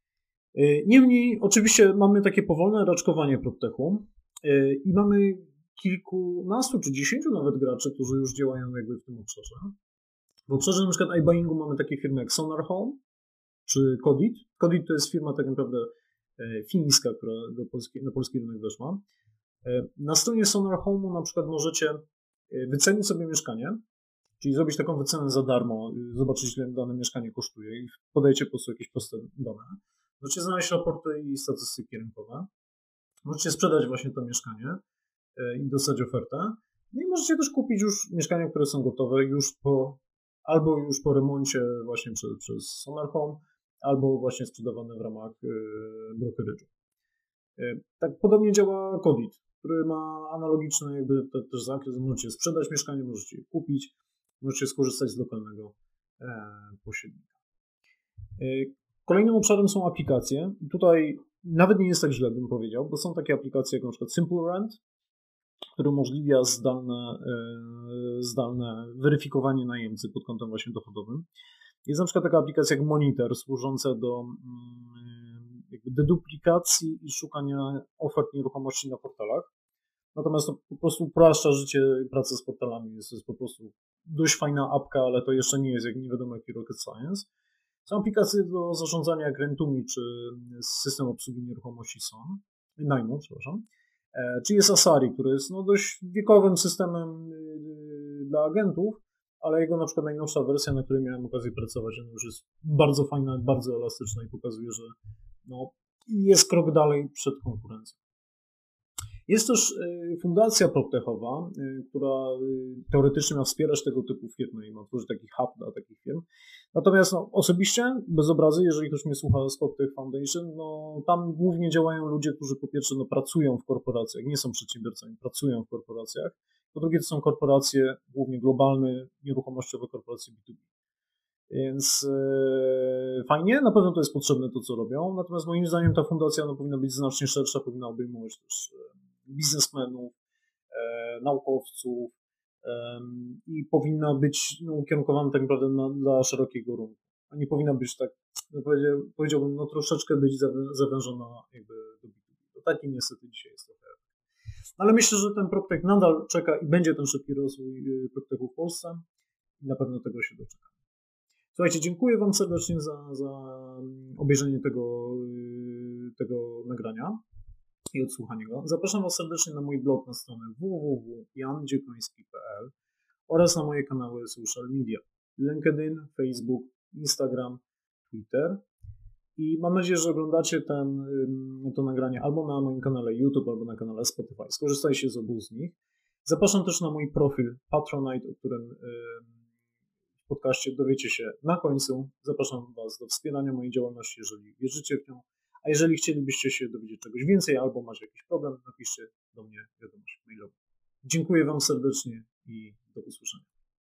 Niemniej oczywiście mamy takie powolne raczkowanie PropTechu i mamy kilkunastu czy dziesięciu nawet graczy, którzy już działają jakby w tym obszarze. W obszarze na przykład iBuyingu mamy takie firmy jak Sonar Home czy Codit. Codit to jest firma tak naprawdę fińska, która do Polski, na polski rynek weszła. Na stronie Sonar Home'u na przykład możecie wycenić sobie mieszkanie, czyli zrobić taką wycenę za darmo, zobaczyć, ile dane mieszkanie kosztuje i podajecie po prostu jakieś proste dane. Możecie znaleźć raporty i statystyki rynkowe. Możecie sprzedać właśnie to mieszkanie i dostać ofertę. No i możecie też kupić już mieszkania, które są gotowe już po, albo już po remoncie właśnie przez, przez Sonar Home, albo właśnie sprzedawane w ramach brokerage'u. Tak podobnie działa Codit, który ma analogiczny jakby też zakres. Możecie sprzedać mieszkanie, możecie je kupić, możecie skorzystać z lokalnego e, pośrednika. E, kolejnym obszarem są aplikacje. I tutaj nawet nie jest tak źle, bym powiedział, bo są takie aplikacje jak na przykład Simple Rent, który umożliwia zdalne, e, zdalne weryfikowanie najemcy pod kątem właśnie dochodowym. Jest na przykład taka aplikacja jak Monitor, służąca do mm, jakby deduplikacji i szukania ofert nieruchomości na portalach. Natomiast to po prostu upraszcza życie i pracę z portalami. Jest, jest po prostu dość fajna apka, ale to jeszcze nie jest jak nie wiadomo jaki rocket science. Są aplikacje do zarządzania jak Rentumi czy system obsługi nieruchomości są, najmu, przepraszam. Czy jest Asari, który jest no, dość wiekowym systemem dla agentów, ale jego na przykład najnowsza wersja, na której miałem okazję pracować, ona już jest bardzo fajna, bardzo elastyczna i pokazuje, że no, jest krok dalej przed konkurencją. Jest też fundacja PropTechowa, która teoretycznie ma wspierać tego typu firmy i ma tworzyć taki hub dla takich firm. Natomiast no, osobiście, bez obrazy, jeżeli ktoś mnie słucha z PropTech Foundation, no tam głównie działają ludzie, którzy po pierwsze no, pracują w korporacjach, nie są przedsiębiorcami, pracują w korporacjach. Po drugie to są korporacje, głównie globalne, nieruchomościowe korporacje B dwa B. Więc yy, fajnie, na pewno to jest potrzebne to, co robią. Natomiast moim zdaniem ta fundacja no, powinna być znacznie szersza, powinna obejmować też yy, biznesmenów, yy, naukowców yy, i powinna być no, ukierunkowana tak naprawdę na, dla szerokiego rynku. A nie powinna być tak, no, powiedziałbym, no, troszeczkę być zawężona jakby do B dwa B. to taki niestety dzisiaj jest trochę. Ale myślę, że ten PropTech nadal czeka i będzie ten szybki rozwój PropTechu w Polsce i na pewno tego się doczekamy. Słuchajcie, dziękuję Wam serdecznie za, za obejrzenie tego, tego nagrania i odsłuchanie go. Zapraszam Was serdecznie na mój blog na stronę w w w kropka jan dziekoński kropka p l oraz na moje kanały social media LinkedIn, Facebook, Instagram, Twitter. I mam nadzieję, że oglądacie ten, to nagranie albo na moim kanale YouTube, albo na kanale Spotify. Skorzystajcie z obu z nich. Zapraszam też na mój profil Patronite, o którym w podcaście dowiecie się na końcu. Zapraszam Was do wspierania mojej działalności, jeżeli wierzycie w nią. A jeżeli chcielibyście się dowiedzieć czegoś więcej albo macie jakiś problem, napiszcie do mnie wiadomość mailową. Dziękuję Wam serdecznie i do usłyszenia.